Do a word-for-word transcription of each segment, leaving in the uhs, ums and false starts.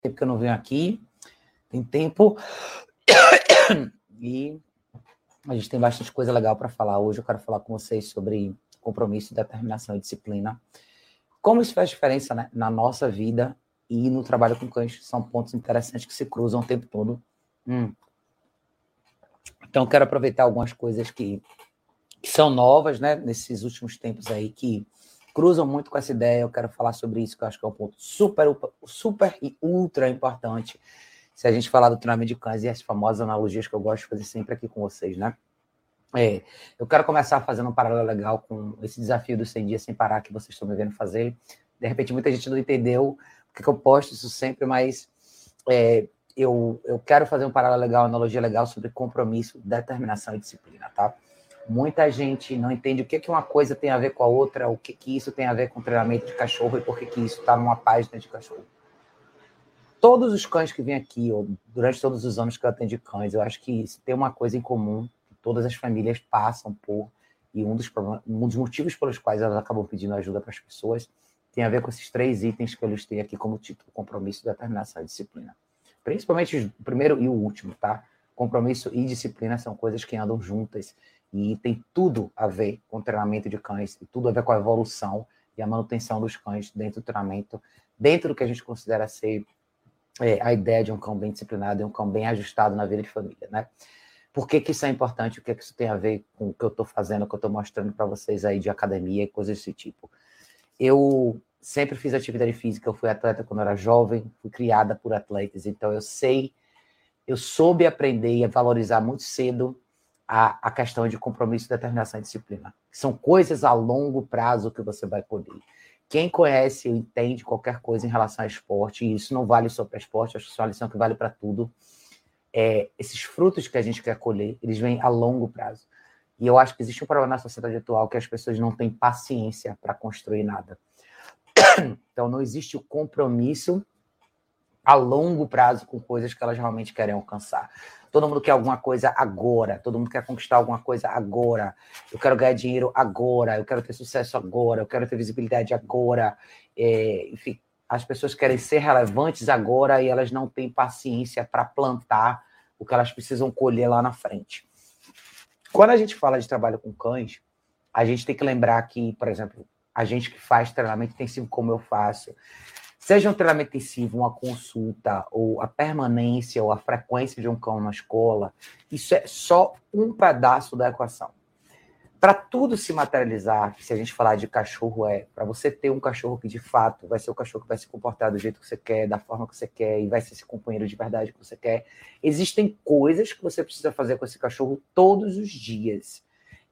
tempo que eu não venho aqui, tem tempo, e a gente tem bastante coisa legal para falar. Hoje eu quero falar com vocês sobre compromisso, determinação e disciplina. Como isso faz diferença, né, na nossa vida e no trabalho com cães. São pontos interessantes que se cruzam o tempo todo. Hum. Então, eu quero aproveitar algumas coisas que, que são novas, né, nesses últimos tempos aí, que cruzam muito com essa ideia. Eu quero falar sobre isso, que eu acho que é um ponto super, super e ultra importante se a gente falar do treinamento de cães e as famosas analogias que eu gosto de fazer sempre aqui com vocês, né? É, eu quero começar fazendo um paralelo legal com esse desafio dos cem dias sem parar que vocês estão me vendo fazer. De repente, muita gente não entendeu porque eu posto isso sempre, mas é, eu, eu quero fazer um paralelo legal, uma analogia legal sobre compromisso, determinação e disciplina, tá? Muita gente não entende o que, que uma coisa tem a ver com a outra, o que, que isso tem a ver com treinamento de cachorro e por que, que isso está numa página de cachorro. Todos os cães que vêm aqui, ou durante todos os anos que eu atendi cães, eu acho que tem uma coisa em comum, que todas as famílias passam por, e um dos, um dos motivos pelos quais elas acabam pedindo ajuda para as pessoas tem a ver com esses três itens que eu listei aqui como título: compromisso, determinação e disciplina. Principalmente o primeiro e o último, tá? Compromisso e disciplina são coisas que andam juntas e tem tudo a ver com o treinamento de cães, e tudo a ver com a evolução e a manutenção dos cães dentro do treinamento, dentro do que a gente considera ser é, a ideia de um cão bem disciplinado e um cão bem ajustado na vida de família, né? Por que que isso é importante? O que que isso tem a ver com o que eu estou fazendo, o que eu estou mostrando para vocês aí de academia e coisas desse tipo? Eu sempre fiz atividade física, eu fui atleta quando eu era jovem, fui criada por atletas, então eu sei, eu soube aprender e valorizar muito cedo a, a questão de compromisso, determinação e disciplina. São coisas a longo prazo que você vai colher. Quem conhece e entende qualquer coisa em relação ao esporte, e isso não vale só para esporte, acho que isso é uma lição que vale para tudo, é, esses frutos que a gente quer colher, eles vêm a longo prazo. E eu acho que existe um problema na sociedade atual que as pessoas não têm paciência para construir nada. Então, não existe o compromisso a longo prazo com coisas que elas realmente querem alcançar. Todo mundo quer alguma coisa agora, todo mundo quer conquistar alguma coisa agora. Eu quero ganhar dinheiro agora, eu quero ter sucesso agora, eu quero ter visibilidade agora. É, enfim, as pessoas querem ser relevantes agora e elas não têm paciência para plantar o que elas precisam colher lá na frente. Quando a gente fala de trabalho com cães, a gente tem que lembrar que, por exemplo, a gente que faz treinamento intensivo como eu faço, seja um treinamento intensivo, uma consulta, ou a permanência, ou a frequência de um cão na escola, isso é só um pedaço da equação. Para tudo se materializar, se a gente falar de cachorro, é para você ter um cachorro que de fato vai ser o cachorro que vai se comportar do jeito que você quer, da forma que você quer, e vai ser esse companheiro de verdade que você quer, existem coisas que você precisa fazer com esse cachorro todos os dias.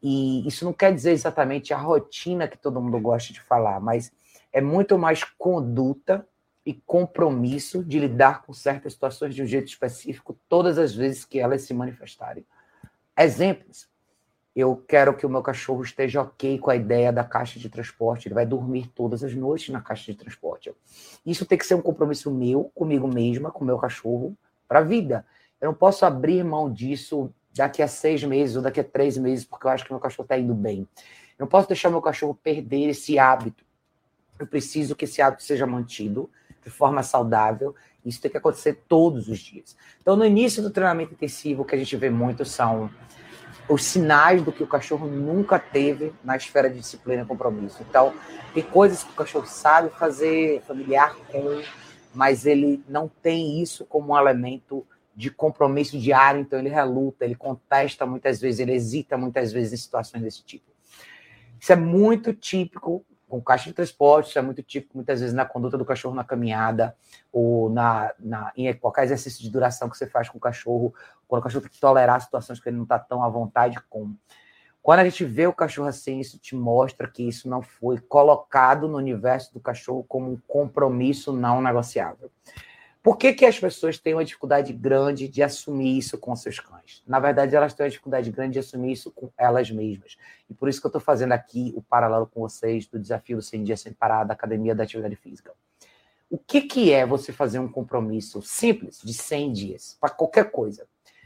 E isso não quer dizer exatamente a rotina que todo mundo gosta de falar, mas é muito mais conduta e compromisso de lidar com certas situações de um jeito específico todas as vezes que elas se manifestarem. Exemplos. Eu quero que o meu cachorro esteja ok com a ideia da caixa de transporte. Ele vai dormir todas as noites na caixa de transporte. Isso tem que ser um compromisso meu, comigo mesma, com o meu cachorro, para a vida. Eu não posso abrir mão disso daqui a seis meses ou daqui a três meses, porque eu acho que meu cachorro está indo bem. Eu não posso deixar meu cachorro perder esse hábito. Eu preciso que esse hábito seja mantido de forma saudável. Isso tem que acontecer todos os dias. Então, no início do treinamento intensivo, o que a gente vê muito são os sinais do que o cachorro nunca teve na esfera de disciplina e compromisso. Então, tem coisas que o cachorro sabe fazer, familiar com, mas ele não tem isso como um elemento de compromisso diário, então ele reluta, ele contesta muitas vezes, ele hesita muitas vezes em situações desse tipo. Isso é muito típico com caixa de transporte, isso é muito típico muitas vezes na conduta do cachorro na caminhada, ou na, na, em qualquer exercício de duração que você faz com o cachorro, quando o cachorro tem que tolerar situações que ele não está tão à vontade com. Quando a gente vê o cachorro assim, isso te mostra que isso não foi colocado no universo do cachorro como um compromisso não negociável. Por que que as pessoas têm uma dificuldade grande de assumir isso com seus cães? Na verdade, elas têm uma dificuldade grande de assumir isso com elas mesmas. E por isso que eu estou fazendo aqui o paralelo com vocês do desafio do cem dias sem parar da Academia da Atividade Física. O que que é você fazer um compromisso simples de cem dias para qualquer coisa?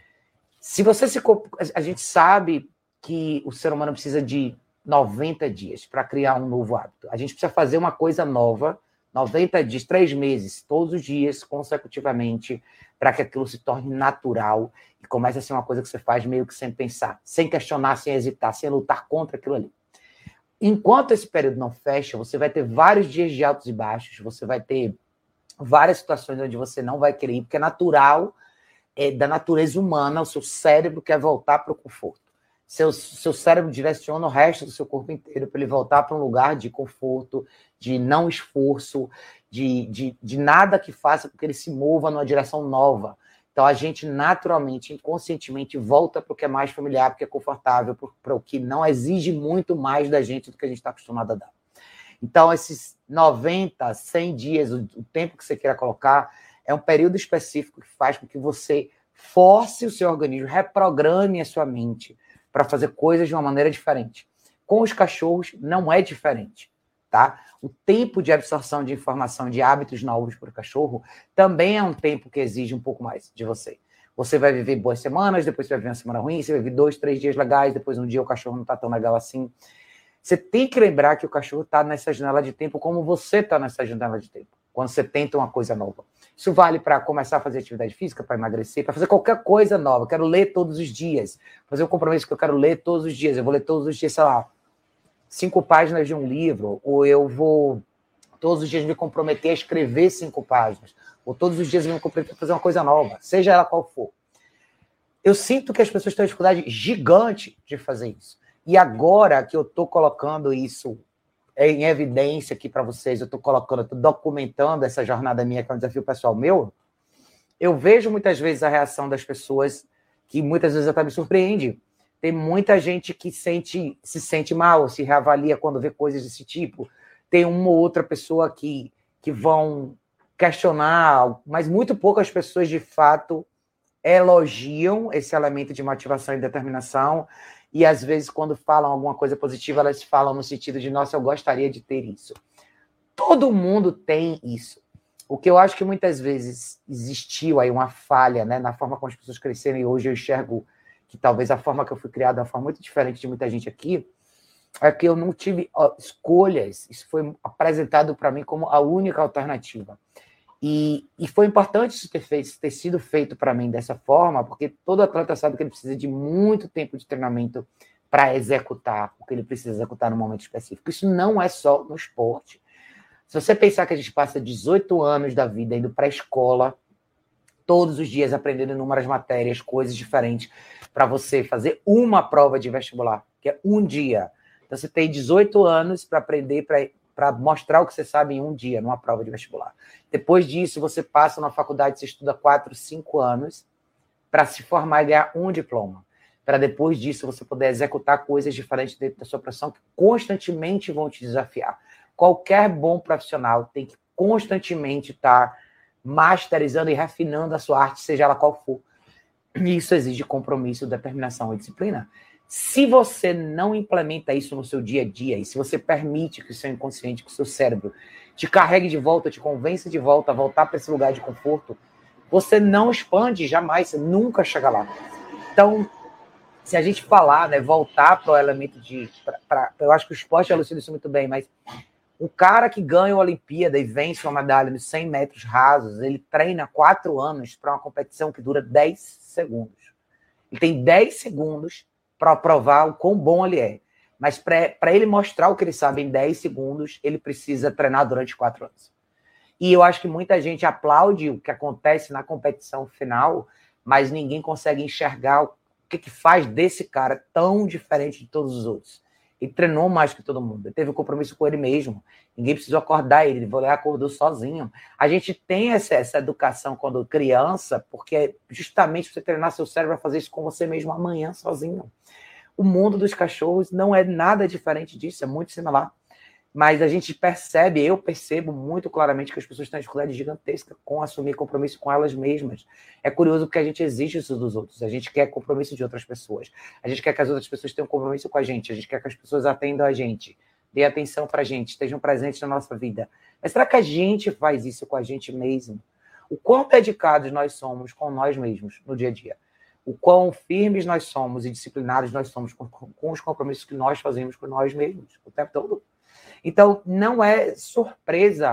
Se você se... A gente sabe que o ser humano precisa de noventa dias para criar um novo hábito. A gente precisa fazer uma coisa nova noventa dias, três meses, todos os dias, consecutivamente, para que aquilo se torne natural e comece a ser uma coisa que você faz meio que sem pensar, sem questionar, sem hesitar, sem lutar contra aquilo ali. Enquanto esse período não fecha, você vai ter vários dias de altos e baixos, você vai ter várias situações onde você não vai querer ir, porque é natural, é da natureza humana, o seu cérebro quer voltar para o conforto. Seu, seu cérebro direciona o resto do seu corpo inteiro para ele voltar para um lugar de conforto, de não esforço, de, de, de nada que faça com que ele se mova numa direção nova. Então, a gente naturalmente, inconscientemente, volta para o que é mais familiar, para o que é confortável, para o que não exige muito mais da gente do que a gente está acostumado a dar. Então, esses noventa, cem dias, o, o tempo que você queira colocar, é um período específico que faz com que você force o seu organismo, reprograme a sua mente para fazer coisas de uma maneira diferente. Com os cachorros, não é diferente, tá? O tempo de absorção de informação, de hábitos novos para o cachorro, também é um tempo que exige um pouco mais de você. Você vai viver boas semanas, depois você vai viver uma semana ruim, você vai viver dois, três dias legais, depois um dia o cachorro não está tão legal assim. Você tem que lembrar que o cachorro está nessa janela de tempo como você está nessa janela de tempo, quando você tenta uma coisa nova. Isso vale para começar a fazer atividade física, para emagrecer, para fazer qualquer coisa nova. Eu quero ler todos os dias, fazer um compromisso que eu quero ler todos os dias. Eu vou ler todos os dias, sei lá, cinco páginas de um livro, ou eu vou todos os dias me comprometer a escrever cinco páginas, ou todos os dias me comprometer a fazer uma coisa nova, seja ela qual for. Eu sinto que as pessoas têm uma dificuldade gigante de fazer isso. E agora que eu estou colocando isso em evidência aqui para vocês, eu estou colocando, estou documentando essa jornada minha, que é um desafio pessoal meu, eu vejo muitas vezes a reação das pessoas, que muitas vezes até me surpreende. Tem muita gente que sente, se sente mal, se reavalia quando vê coisas desse tipo. Tem uma ou outra pessoa que, que vão questionar, mas muito poucas pessoas, de fato, elogiam esse elemento de motivação e determinação. E, às vezes, quando falam alguma coisa positiva, elas falam no sentido de, nossa, eu gostaria de ter isso. Todo mundo tem isso. O que eu acho que muitas vezes existiu aí uma falha, né, na forma como as pessoas cresceram, e hoje eu enxergo que talvez a forma que eu fui criado é uma forma muito diferente de muita gente aqui, é que eu não tive ó, escolhas. Isso foi apresentado para mim como a única alternativa. E, e foi importante isso ter, feito, ter sido feito para mim dessa forma, porque todo atleta sabe que ele precisa de muito tempo de treinamento para executar o que ele precisa executar no momento específico. Isso não é só no esporte. Se você pensar que a gente passa dezoito anos da vida indo para a escola, todos os dias aprendendo inúmeras matérias, coisas diferentes, para você fazer uma prova de vestibular, que é um dia. Então, você tem dezoito anos para aprender, para para mostrar o que você sabe em um dia, numa prova de vestibular. Depois disso, você passa na faculdade, você estuda quatro, cinco anos para se formar e ganhar um diploma. Para depois disso, você poder executar coisas diferentes dentro da sua profissão que constantemente vão te desafiar. Qualquer bom profissional tem que constantemente estar masterizando e refinando a sua arte, seja ela qual for. E isso exige compromisso, determinação e disciplina. Se você não implementa isso no seu dia a dia, e se você permite que o seu inconsciente, que o seu cérebro te carregue de volta, te convença de volta a voltar para esse lugar de conforto, você não expande jamais, você nunca chega lá. Então, se a gente falar, né, voltar para o elemento de... Pra, pra, eu acho que o esporte elucida isso muito bem, mas um cara que ganha a Olimpíada e vence uma medalha nos cem metros rasos, ele treina quatro anos para uma competição que dura dez segundos. Ele tem dez segundos para provar o quão bom ele é. Mas para ele mostrar o que ele sabe em dez segundos, ele precisa treinar durante quatro anos. E eu acho que muita gente aplaude o que acontece na competição final, mas ninguém consegue enxergar o que, que faz desse cara tão diferente de todos os outros. Ele treinou mais que todo mundo. Ele teve um compromisso com ele mesmo. Ninguém precisou acordar ele. Ele foi lá e acordou sozinho. A gente tem essa, essa educação quando criança, porque é justamente você treinar seu cérebro a fazer isso com você mesmo amanhã sozinho. O mundo dos cachorros não é nada diferente disso. É muito similar. Mas a gente percebe, eu percebo muito claramente que as pessoas têm uma dificuldade gigantesca com assumir compromisso com elas mesmas. É curioso porque a gente exige isso dos outros. A gente quer compromisso de outras pessoas. A gente quer que as outras pessoas tenham compromisso com a gente. A gente quer que as pessoas atendam a gente, dêem atenção pra gente, estejam presentes na nossa vida. Mas será que a gente faz isso com a gente mesmo? O quão dedicados nós somos com nós mesmos no dia a dia? O quão firmes nós somos e disciplinados nós somos com, com os compromissos que nós fazemos com nós mesmos o tempo todo? Então, não é surpresa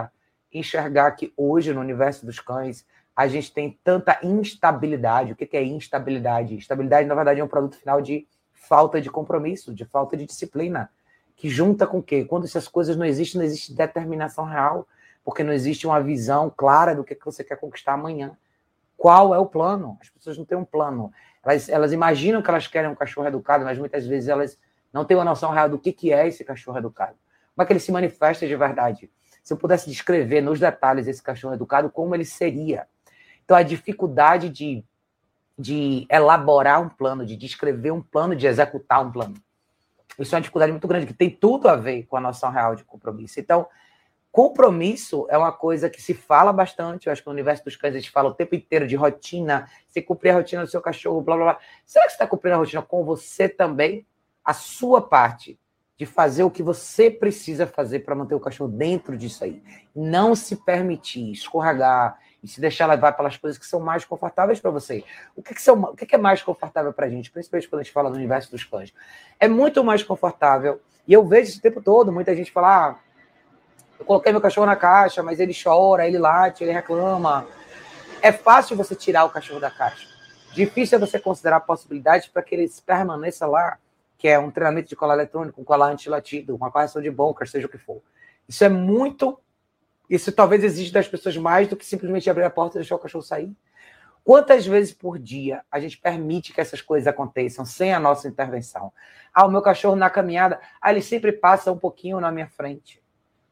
enxergar que hoje, no universo dos cães, a gente tem tanta instabilidade. O que é instabilidade? Instabilidade, na verdade, é um produto final de falta de compromisso, de falta de disciplina, que junta com o quê? Quando essas coisas não existem, não existe determinação real, porque não existe uma visão clara do que você quer conquistar amanhã. Qual é o plano? As pessoas não têm um plano. Elas, elas imaginam que elas querem um cachorro educado, mas muitas vezes elas não têm uma noção real do que, que é esse cachorro educado. Como é que ele se manifesta de verdade? Se eu pudesse descrever nos detalhes esse cachorro educado, como ele seria? Então, a dificuldade de, de elaborar um plano, de descrever um plano, de executar um plano. Isso é uma dificuldade muito grande, que tem tudo a ver com a noção real de compromisso. Então, compromisso é uma coisa que se fala bastante. Eu acho que no universo dos cães a gente fala o tempo inteiro de rotina, você cumprir a rotina do seu cachorro, blá, blá, blá. Será que você está cumprindo a rotina com você também? A sua parte de fazer o que você precisa fazer para manter o cachorro dentro disso aí. Não se permitir escorregar e se deixar levar pelas coisas que são mais confortáveis para você. O que, que, são, o que, que é mais confortável para a gente, principalmente quando a gente fala do universo dos cães? É muito mais confortável, e eu vejo isso o tempo todo, muita gente fala, ah, eu coloquei meu cachorro na caixa, mas ele chora, ele late, ele reclama. É fácil você tirar o cachorro da caixa. Difícil é você considerar possibilidades para que ele permaneça lá, que é um treinamento de colar eletrônico, um colar antilatido, uma correção de bunker, seja o que for. Isso é muito... Isso talvez exija das pessoas mais do que simplesmente abrir a porta e deixar o cachorro sair. Quantas vezes por dia a gente permite que essas coisas aconteçam sem a nossa intervenção? Ah, o meu cachorro na caminhada, ah, ele sempre passa um pouquinho na minha frente.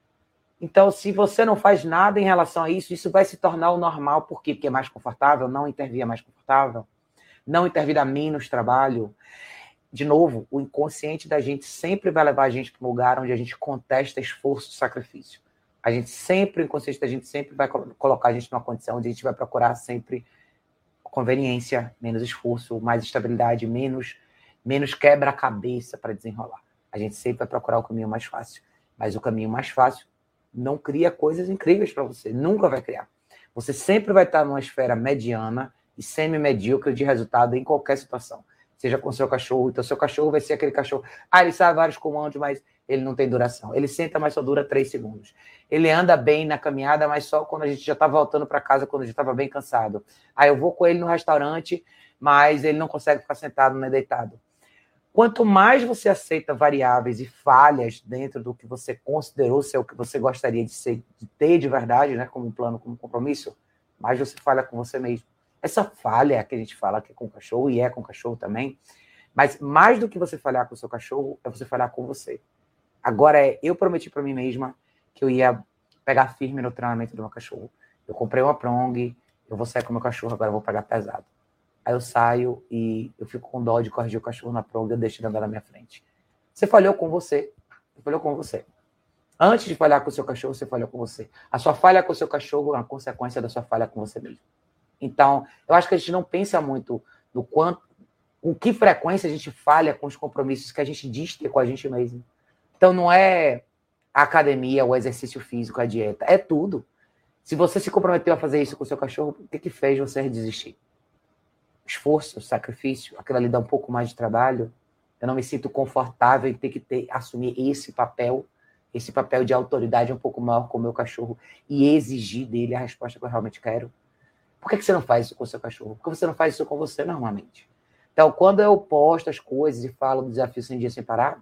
Então, se você não faz nada em relação a isso, isso vai se tornar o normal. Por quê? Porque é mais confortável, não intervir é mais confortável, não intervir a menos trabalho. De novo, o inconsciente da gente sempre vai levar a gente para um lugar onde a gente contesta esforço e sacrifício. A gente sempre, o inconsciente da gente sempre vai colocar a gente numa condição onde a gente vai procurar sempre conveniência, menos esforço, mais estabilidade, menos, menos quebra-cabeça para desenrolar. A gente sempre vai procurar o caminho mais fácil. Mas o caminho mais fácil não cria coisas incríveis para você. Nunca vai criar. Você sempre vai estar numa esfera mediana e semi-medíocre de resultado em qualquer situação. Seja com o seu cachorro, então seu cachorro vai ser aquele cachorro, ah, ele sabe vários comandos, mas ele não tem duração. Ele senta, mas só dura três segundos. Ele anda bem na caminhada, mas só quando a gente já está voltando para casa, quando a gente estava bem cansado. Aí eu vou com ele no restaurante, mas ele não consegue ficar sentado nem deitado. Quanto mais você aceita variáveis e falhas dentro do que você considerou ser o que você gostaria de, ser, de ter de verdade, né, como um plano, como um compromisso, mais você falha com você mesmo. Essa falha que a gente fala que é com o cachorro, e é com o cachorro também, mas mais do que você falhar com o seu cachorro, é você falhar com você. Agora, é, eu prometi para mim mesma que eu ia pegar firme no treinamento do meu cachorro. Eu comprei uma prong, eu vou sair com o meu cachorro, agora eu vou pegar pesado. Aí eu saio e eu fico com dó de corrigir o cachorro na prong, eu deixo ele andar na minha frente. Você falhou com você. Você falhou com você. Antes de falhar com o seu cachorro, você falhou com você. A sua falha com o seu cachorro é uma consequência da sua falha com você mesmo. Então, eu acho que a gente não pensa muito no quanto, com que frequência a gente falha com os compromissos que a gente diz ter com a gente mesmo. Então, não é a academia, o exercício físico, a dieta. É tudo. Se você se comprometeu a fazer isso com o seu cachorro, o que, que fez você desistir? Esforço, sacrifício, aquilo ali dá um pouco mais de trabalho. Eu não me sinto confortável em ter que ter, assumir esse papel, esse papel de autoridade um pouco maior com o meu cachorro e exigir dele a resposta que eu realmente quero. Por que, que você não faz isso com o seu cachorro? Por que você não faz isso com você normalmente? Então, quando eu posto as coisas e falo do desafio sem dia sem parar,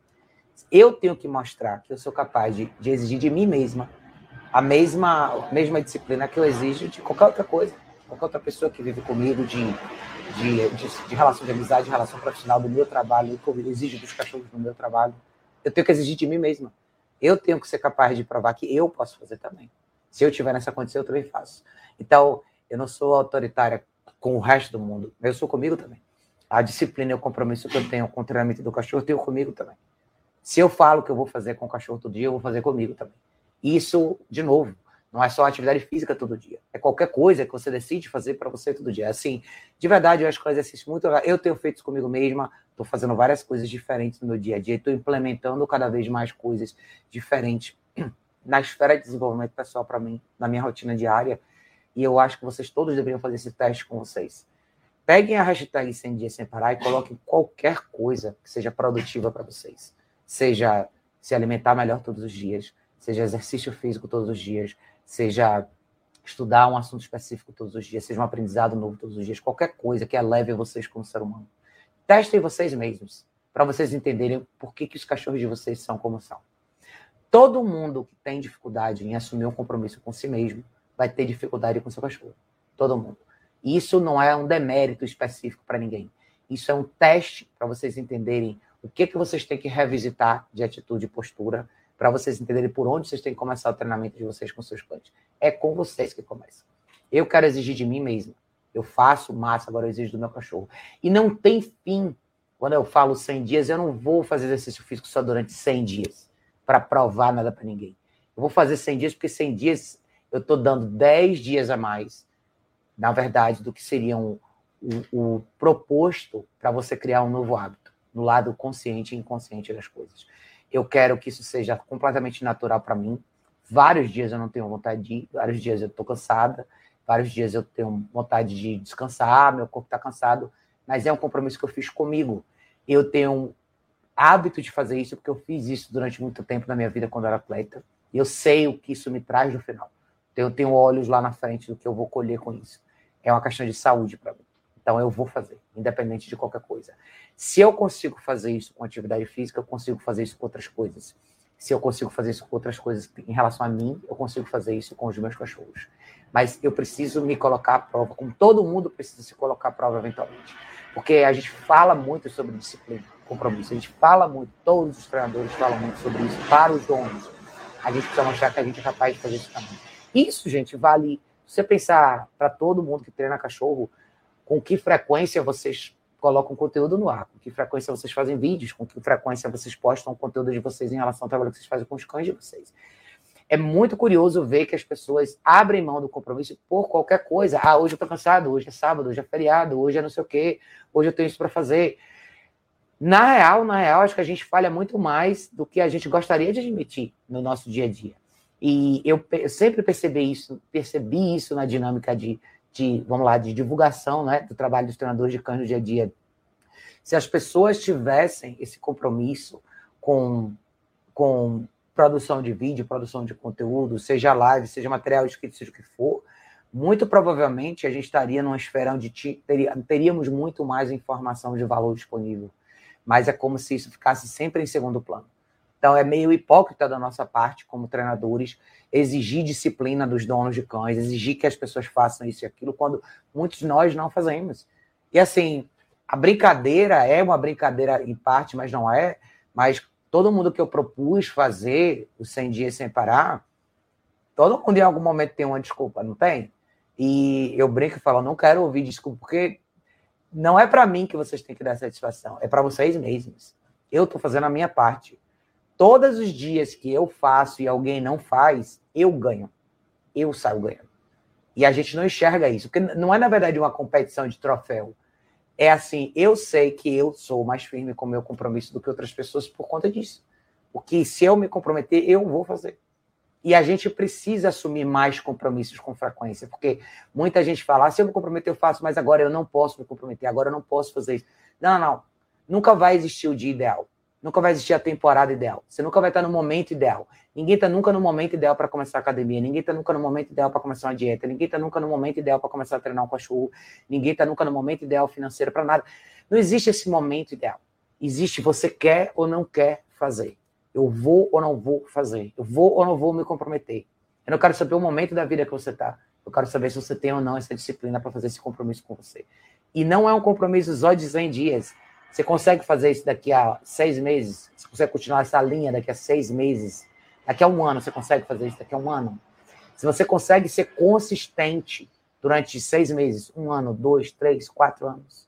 eu tenho que mostrar que eu sou capaz de, de exigir de mim mesma a mesma, a mesma disciplina que eu exijo de qualquer outra coisa, qualquer outra pessoa que vive comigo, de, de, de, de relação de amizade, de relação profissional, do meu trabalho, que eu exijo dos cachorros no meu trabalho. Eu tenho que exigir de mim mesma. Eu tenho que ser capaz de provar que eu posso fazer também. Se eu estiver nessa condição, eu também faço. Então, eu não sou autoritária com o resto do mundo. Eu sou comigo também. A disciplina e o compromisso que eu tenho com o treinamento do cachorro, eu tenho comigo também. Se eu falo que eu vou fazer com o cachorro todo dia, eu vou fazer comigo também. Isso, de novo, não é só atividade física todo dia. É qualquer coisa que você decide fazer para você todo dia. Assim, de verdade, eu acho que é um exercício muito legal. Eu tenho feito isso comigo mesma, estou fazendo várias coisas diferentes no meu dia a dia, estou implementando cada vez mais coisas diferentes na esfera de desenvolvimento pessoal para mim, na minha rotina diária. E eu acho que vocês todos deveriam fazer esse teste com vocês. Peguem a hashtag cem dias sem parar e coloquem qualquer coisa que seja produtiva para vocês. Seja se alimentar melhor todos os dias, seja exercício físico todos os dias, seja estudar um assunto específico todos os dias, seja um aprendizado novo todos os dias, qualquer coisa que eleve vocês como ser humano. Testem vocês mesmos, para vocês entenderem por que, que os cachorros de vocês são como são. Todo mundo que tem dificuldade em assumir um compromisso com si mesmo vai ter dificuldade com seu cachorro. Todo mundo. E isso não é um demérito específico para ninguém. Isso é um teste para vocês entenderem o que, que vocês têm que revisitar de atitude e postura, para vocês entenderem por onde vocês têm que começar o treinamento de vocês com seus cães. É com vocês que começa. Eu quero exigir de mim mesmo. Eu faço massa, agora eu exijo do meu cachorro. E não tem fim. Quando eu falo cem dias, eu não vou fazer exercício físico só durante cem dias, para provar nada para ninguém. Eu vou fazer cem dias, porque cem dias eu estou dando dez dias a mais, na verdade, do que seria um, o, o proposto para você criar um novo hábito, no lado consciente e inconsciente das coisas. Eu quero que isso seja completamente natural para mim. Vários dias eu não tenho vontade de ir, vários dias eu estou cansada, vários dias eu tenho vontade de descansar, meu corpo está cansado, mas é um compromisso que eu fiz comigo. Eu tenho um hábito de fazer isso, porque eu fiz isso durante muito tempo na minha vida quando eu era atleta, e eu sei o que isso me traz no final. Então, eu tenho olhos lá na frente do que eu vou colher com isso. É uma questão de saúde para mim. Então, eu vou fazer, independente de qualquer coisa. Se eu consigo fazer isso com atividade física, eu consigo fazer isso com outras coisas. Se eu consigo fazer isso com outras coisas em relação a mim, eu consigo fazer isso com os meus cachorros. Mas eu preciso me colocar à prova, como todo mundo precisa se colocar à prova eventualmente. Porque a gente fala muito sobre disciplina, compromisso. A gente fala muito, todos os treinadores falam muito sobre isso para os donos. A gente precisa mostrar que a gente é capaz de fazer isso também. Isso, gente, vale... Se você pensar para todo mundo que treina cachorro, com que frequência vocês colocam conteúdo no ar, com que frequência vocês fazem vídeos, com que frequência vocês postam conteúdo de vocês em relação ao trabalho que vocês fazem com os cães de vocês. É muito curioso ver que as pessoas abrem mão do compromisso por qualquer coisa. Ah, hoje eu tô cansado, hoje é sábado, hoje é feriado, hoje é não sei o quê, hoje eu tenho isso para fazer. Na real, na real, acho que a gente falha muito mais do que a gente gostaria de admitir no nosso dia a dia. E eu, eu sempre percebi isso, percebi isso na dinâmica de, de, vamos lá, de divulgação, né, do trabalho dos treinadores de cães no dia a dia. Se as pessoas tivessem esse compromisso com, com produção de vídeo, produção de conteúdo, seja live, seja material escrito, seja o que for, muito provavelmente a gente estaria numa esfera onde teria, teríamos muito mais informação de valor disponível. Mas é como se isso ficasse sempre em segundo plano. Então, é meio hipócrita da nossa parte, como treinadores, exigir disciplina dos donos de cães, exigir que as pessoas façam isso e aquilo, quando muitos de nós não fazemos. E, assim, a brincadeira é uma brincadeira em parte, mas não é. Mas todo mundo que eu propus fazer os cem dias sem parar, todo mundo em algum momento tem uma desculpa, não tem? E eu brinco e falo, não quero ouvir desculpa, porque não é para mim que vocês têm que dar satisfação, é para vocês mesmos. Eu estou fazendo a minha parte. Todos os dias que eu faço e alguém não faz, eu ganho. Eu saio ganhando. E a gente não enxerga isso. Porque não é, na verdade, uma competição de troféu. É assim, eu sei que eu sou mais firme com o meu compromisso do que outras pessoas por conta disso. Porque se eu me comprometer, eu vou fazer. E a gente precisa assumir mais compromissos com frequência. Porque muita gente fala, ah, se eu me comprometer, eu faço, mas agora eu não posso me comprometer, agora eu não posso fazer isso. Não, não. Nunca vai existir o dia ideal. Nunca vai existir a temporada ideal. Você nunca vai estar no momento ideal. Ninguém está nunca no momento ideal para começar a academia. Ninguém está nunca no momento ideal para começar uma dieta. Ninguém está nunca no momento ideal para começar a treinar um cachorro. Ninguém está nunca no momento ideal financeiro para nada. Não existe esse momento ideal. Existe você quer ou não quer fazer. Eu vou ou não vou fazer. Eu vou ou não vou me comprometer. Eu não quero saber o momento da vida que você está. Eu quero saber se você tem ou não essa disciplina para fazer esse compromisso com você. E não é um compromisso só de cem dias. Você consegue fazer isso daqui a seis meses? Você consegue continuar essa linha daqui a seis meses? Daqui a um ano, você consegue fazer isso daqui a um ano? Se você consegue ser consistente durante seis meses, um ano, dois, três, quatro anos.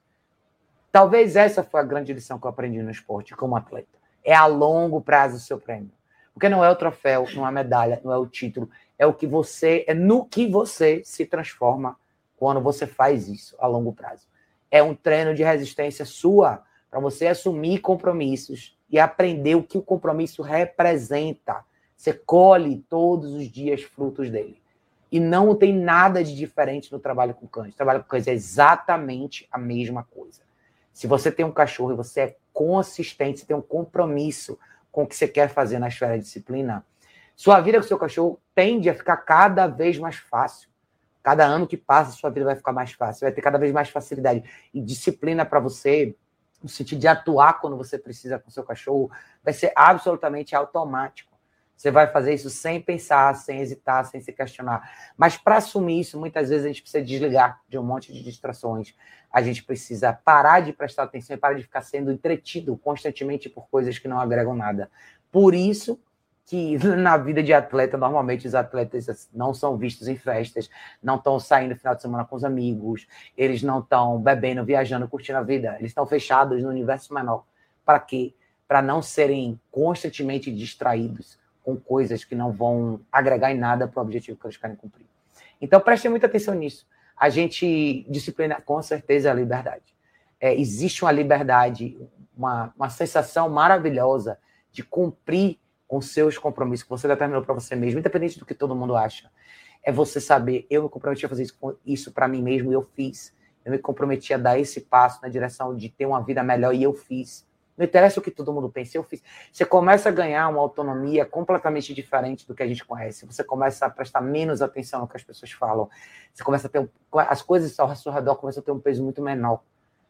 Talvez essa foi a grande lição que eu aprendi no esporte como atleta. É a longo prazo o seu prêmio. Porque não é o troféu, não é a medalha, não é o título. É o que você, é no que você se transforma quando você faz isso a longo prazo. É um treino de resistência sua, para você assumir compromissos e aprender o que o compromisso representa. Você colhe todos os dias frutos dele. E não tem nada de diferente no trabalho com cães. O trabalho com cães é exatamente a mesma coisa. Se você tem um cachorro e você é consistente, você tem um compromisso com o que você quer fazer na esfera de disciplina, sua vida com o seu cachorro tende a ficar cada vez mais fácil. Cada ano que passa, sua vida vai ficar mais fácil. Você vai ter cada vez mais facilidade. E disciplina para você, no sentido de atuar quando você precisa com o seu cachorro, vai ser absolutamente automático. Você vai fazer isso sem pensar, sem hesitar, sem se questionar. Mas para assumir isso, muitas vezes a gente precisa desligar de um monte de distrações. A gente precisa parar de prestar atenção e parar de ficar sendo entretido constantemente por coisas que não agregam nada. Por isso que na vida de atleta, normalmente os atletas não são vistos em festas, não estão saindo no final de semana com os amigos, eles não estão bebendo, viajando, curtindo a vida. Eles estão fechados no universo menor. Para quê? Para não serem constantemente distraídos com coisas que não vão agregar em nada para o objetivo que eles querem cumprir. Então, prestem muita atenção nisso. A gente disciplina, com certeza, a liberdade. É, existe uma liberdade, uma, uma sensação maravilhosa de cumprir com seus compromissos que você determinou para você mesmo, independente do que todo mundo acha. É você saber, eu me comprometi a fazer isso, isso para mim mesmo e eu fiz. Eu me comprometi a dar esse passo na direção de ter uma vida melhor e eu fiz. Não interessa o que todo mundo pensa, eu fiz. Você começa a ganhar uma autonomia completamente diferente do que a gente conhece. Você começa a prestar menos atenção no que as pessoas falam. Você começa a ter... Um... As coisas ao seu redor começam a ter um peso muito menor.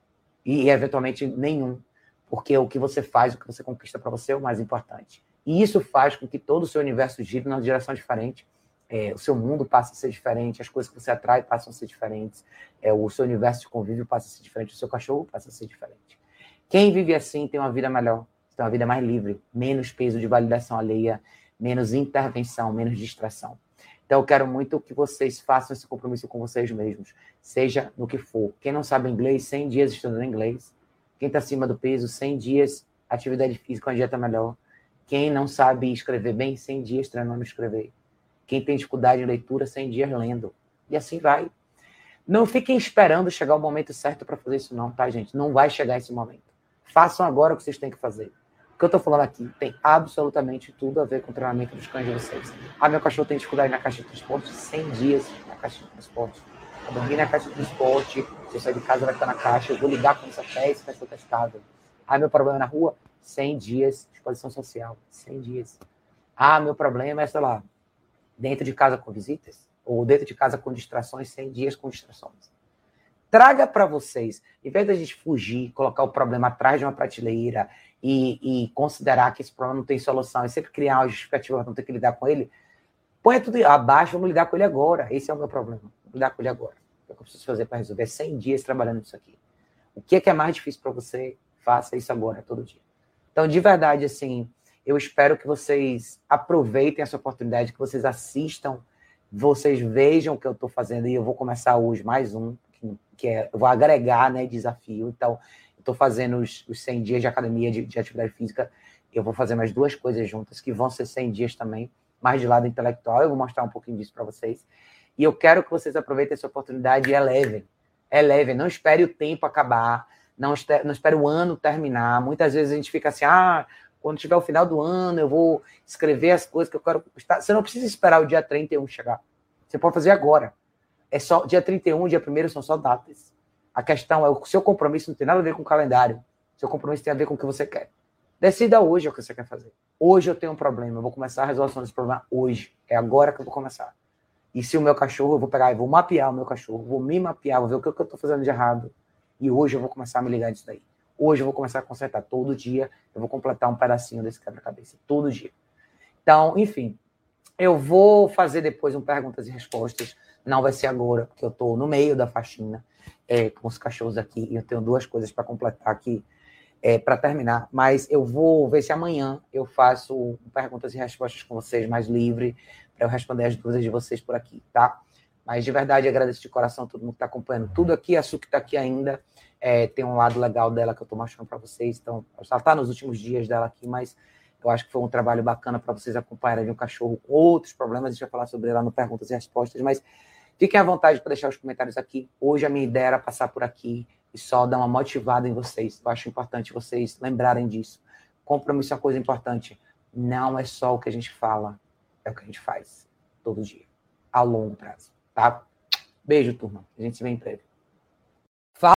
E, eventualmente, nenhum. Porque o que você faz, o que você conquista para você é o mais importante. E isso faz com que todo o seu universo gire numa direção diferente. É, o seu mundo passa a ser diferente, as coisas que você atrai passam a ser diferentes. É, o seu universo de convívio passa a ser diferente, o seu cachorro passa a ser diferente. Quem vive assim tem uma vida melhor, tem uma vida mais livre, menos peso de validação alheia, menos intervenção, menos distração. Então, eu quero muito que vocês façam esse compromisso com vocês mesmos, seja no que for. Quem não sabe inglês, cem dias estudando inglês. Quem está acima do peso, cem dias atividade física, uma dieta melhor. Quem não sabe escrever bem, cem dias treinando escrever. Quem tem dificuldade em leitura, cem dias lendo. E assim vai. Não fiquem esperando chegar o momento certo para fazer isso não, tá, gente? Não vai chegar esse momento. Façam agora o que vocês têm que fazer. O que eu estou falando aqui tem absolutamente tudo a ver com o treinamento dos cães de vocês. Ah, meu cachorro tem dificuldade na caixa de transporte, cem dias na caixa de transporte. Eu dormi na caixa de transporte, se eu sair de casa vai estar na caixa, eu vou ligar com essa teste, vai ser testado. Ah, meu problema é na rua, cem dias de exposição social, cem dias. Ah, meu problema é, sei lá, dentro de casa com visitas, ou dentro de casa com distrações, cem dias com distrações. Traga para vocês, em vez da gente fugir, colocar o problema atrás de uma prateleira e, e considerar que esse problema não tem solução e sempre criar uma justificativa para não ter que lidar com ele, põe tudo abaixo, vamos lidar com ele agora. Esse é o meu problema, vamos lidar com ele agora. É o que eu preciso fazer para resolver cem dias trabalhando nisso aqui. O que é, que é mais difícil para você? Faça isso agora, todo dia. Então, de verdade, assim, eu espero que vocês aproveitem essa oportunidade, que vocês assistam, vocês vejam o que eu estou fazendo, e eu vou começar hoje mais um, que é, eu vou agregar, né, desafio. Então, eu estou fazendo os, os cem dias de academia de, de atividade física, eu vou fazer mais duas coisas juntas, que vão ser cem dias também, mais de lado intelectual, eu vou mostrar um pouquinho disso para vocês. E eu quero que vocês aproveitem essa oportunidade e elevem. Elevem, não espere o tempo acabar, não espere, não espere o ano terminar. Muitas vezes a gente fica assim, ah, quando tiver o final do ano, eu vou escrever as coisas que eu quero postar. Você não precisa esperar o dia trinta e um chegar. Você pode fazer agora. É só dia trinta e um, dia primeiro são só datas. A questão é o seu compromisso não tem nada a ver com o calendário. Seu compromisso tem a ver com o que você quer. Decida hoje o que você quer fazer. Hoje eu tenho um problema, eu vou começar a resolução desse problema hoje. É agora que eu vou começar. E se o meu cachorro, eu vou pegar, eu vou mapear o meu cachorro, vou me mapear, vou ver o que eu estou fazendo de errado. E hoje eu vou começar a me ligar disso daí. Hoje eu vou começar a consertar todo dia, eu vou completar um pedacinho desse quebra-cabeça, todo dia. Então, enfim, eu vou fazer depois um perguntas e respostas. Não vai ser agora, porque eu estou no meio da faxina é, com os cachorros aqui, e eu tenho duas coisas para completar aqui, é, para terminar. Mas eu vou ver se amanhã eu faço perguntas e respostas com vocês mais livre, para eu responder as dúvidas de vocês por aqui, tá? Mas, de verdade, agradeço de coração a todo mundo que está acompanhando tudo aqui. A Su que está aqui ainda, é, tem um lado legal dela que eu estou mostrando para vocês. Então, ela está nos últimos dias dela aqui, mas eu acho que foi um trabalho bacana para vocês acompanharem um cachorro com outros problemas. A gente vai falar sobre ela no Perguntas e Respostas, mas fiquem à vontade para deixar os comentários aqui. Hoje a minha ideia era passar por aqui e só dar uma motivada em vocês. Eu acho importante vocês lembrarem disso. Compromisso é uma coisa importante. Não é só o que a gente fala, é o que a gente faz todo dia, a longo prazo, tá? Beijo, turma. A gente se vê em breve.